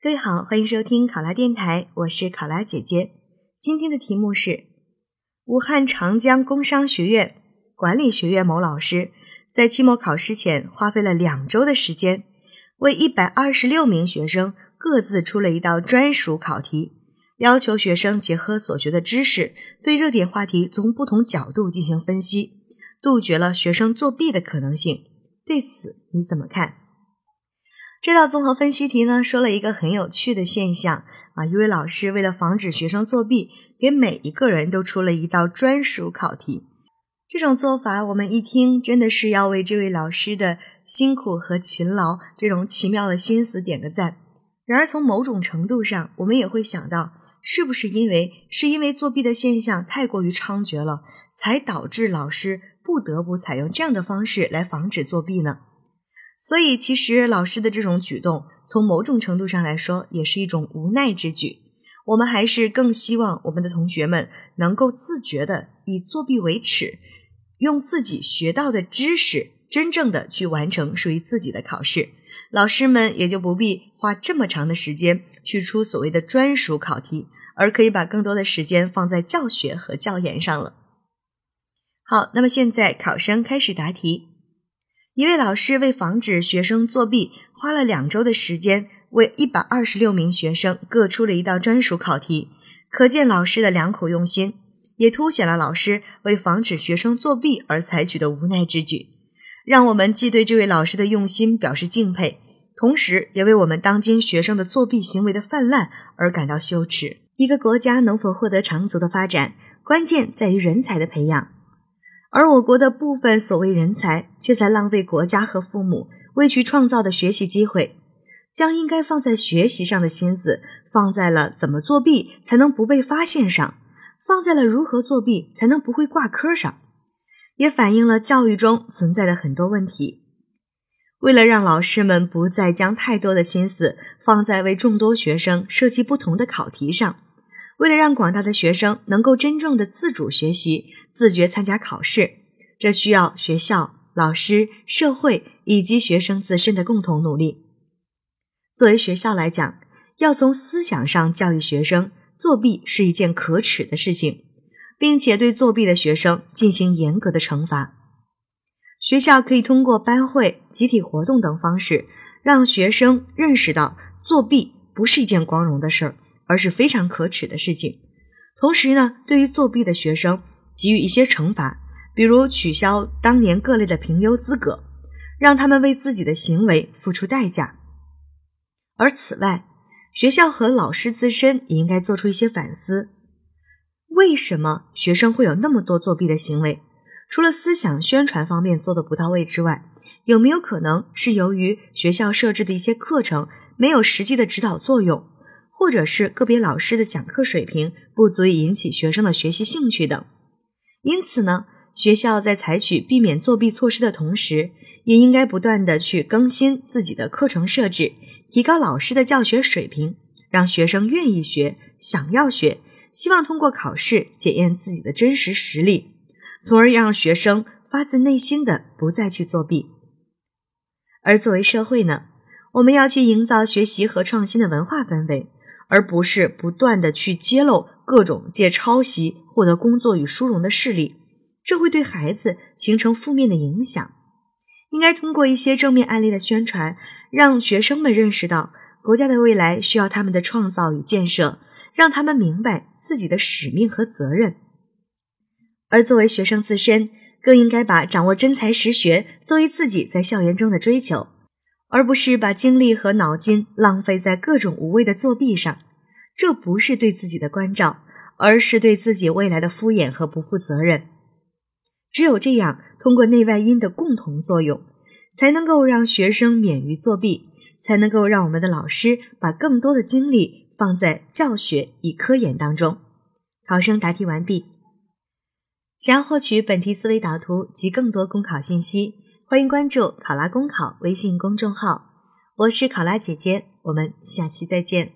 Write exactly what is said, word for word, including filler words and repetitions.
各位好，欢迎收听考拉电台，我是考拉姐姐。今天的题目是武汉长江工商学院管理学院某老师在期末考试前花费了两周的时间，为一百二十六名学生各自出了一道专属考题，要求学生结合所学的知识，对热点话题从不同角度进行分析，杜绝了学生作弊的可能性。对此你怎么看？这道综合分析题呢，说了一个很有趣的现象啊，一位老师为了防止学生作弊，给每一个人都出了一道专属考题。这种做法我们一听真的是要为这位老师的辛苦和勤劳，这种奇妙的心思点个赞。然而从某种程度上，我们也会想到，是不是因为是因为作弊的现象太过于猖獗了，才导致老师不得不采用这样的方式来防止作弊呢？所以其实老师的这种举动，从某种程度上来说，也是一种无奈之举。我们还是更希望我们的同学们能够自觉的以作弊为耻，用自己学到的知识真正的去完成属于自己的考试。老师们也就不必花这么长的时间去出所谓的专属考题，而可以把更多的时间放在教学和教研上了。好，那么现在考生开始答题。一位老师为防止学生作弊，花了两周的时间，为一百二十六名学生各出了一道专属考题，可见老师的良苦用心，也凸显了老师为防止学生作弊而采取的无奈之举，让我们既对这位老师的用心表示敬佩，同时也为我们当今学生的作弊行为的泛滥而感到羞耻。一个国家能否获得长足的发展，关键在于人才的培养。而我国的部分所谓人才，却在浪费国家和父母为其创造的学习机会，将应该放在学习上的心思放在了怎么作弊才能不被发现上，放在了如何作弊才能不会挂科上，也反映了教育中存在的很多问题。为了让老师们不再将太多的心思放在为众多学生设计不同的考题上，为了让广大的学生能够真正的自主学习、自觉参加考试，这需要学校、老师、社会以及学生自身的共同努力。作为学校来讲，要从思想上教育学生，作弊是一件可耻的事情，并且对作弊的学生进行严格的惩罚。学校可以通过班会、集体活动等方式，让学生认识到作弊不是一件光荣的事儿，而是非常可耻的事情。同时呢，对于作弊的学生给予一些惩罚，比如取消当年各类的评优资格，让他们为自己的行为付出代价。而此外，学校和老师自身也应该做出一些反思。为什么学生会有那么多作弊的行为？除了思想宣传方面做得不到位之外，有没有可能是由于学校设置的一些课程没有实际的指导作用，或者是个别老师的讲课水平不足以引起学生的学习兴趣等？因此呢，学校在采取避免作弊措施的同时，也应该不断地去更新自己的课程设置，提高老师的教学水平，让学生愿意学、想要学，希望通过考试检验自己的真实实力，从而让学生发自内心的不再去作弊。而作为社会呢，我们要去营造学习和创新的文化氛围，而不是不断的去揭露各种借抄袭获得工作与殊荣的事例，这会对孩子形成负面的影响。应该通过一些正面案例的宣传，让学生们认识到国家的未来需要他们的创造与建设，让他们明白自己的使命和责任。而作为学生自身，更应该把掌握真才实学作为自己在校园中的追求，而不是把精力和脑筋浪费在各种无谓的作弊上。这不是对自己的关照，而是对自己未来的敷衍和不负责任。只有这样，通过内外因的共同作用，才能够让学生免于作弊，才能够让我们的老师把更多的精力放在教学与科研当中。考生答题完毕。想要获取本题思维导图及更多公考信息，欢迎关注考拉公考微信公众号。我是考拉姐姐，我们下期再见。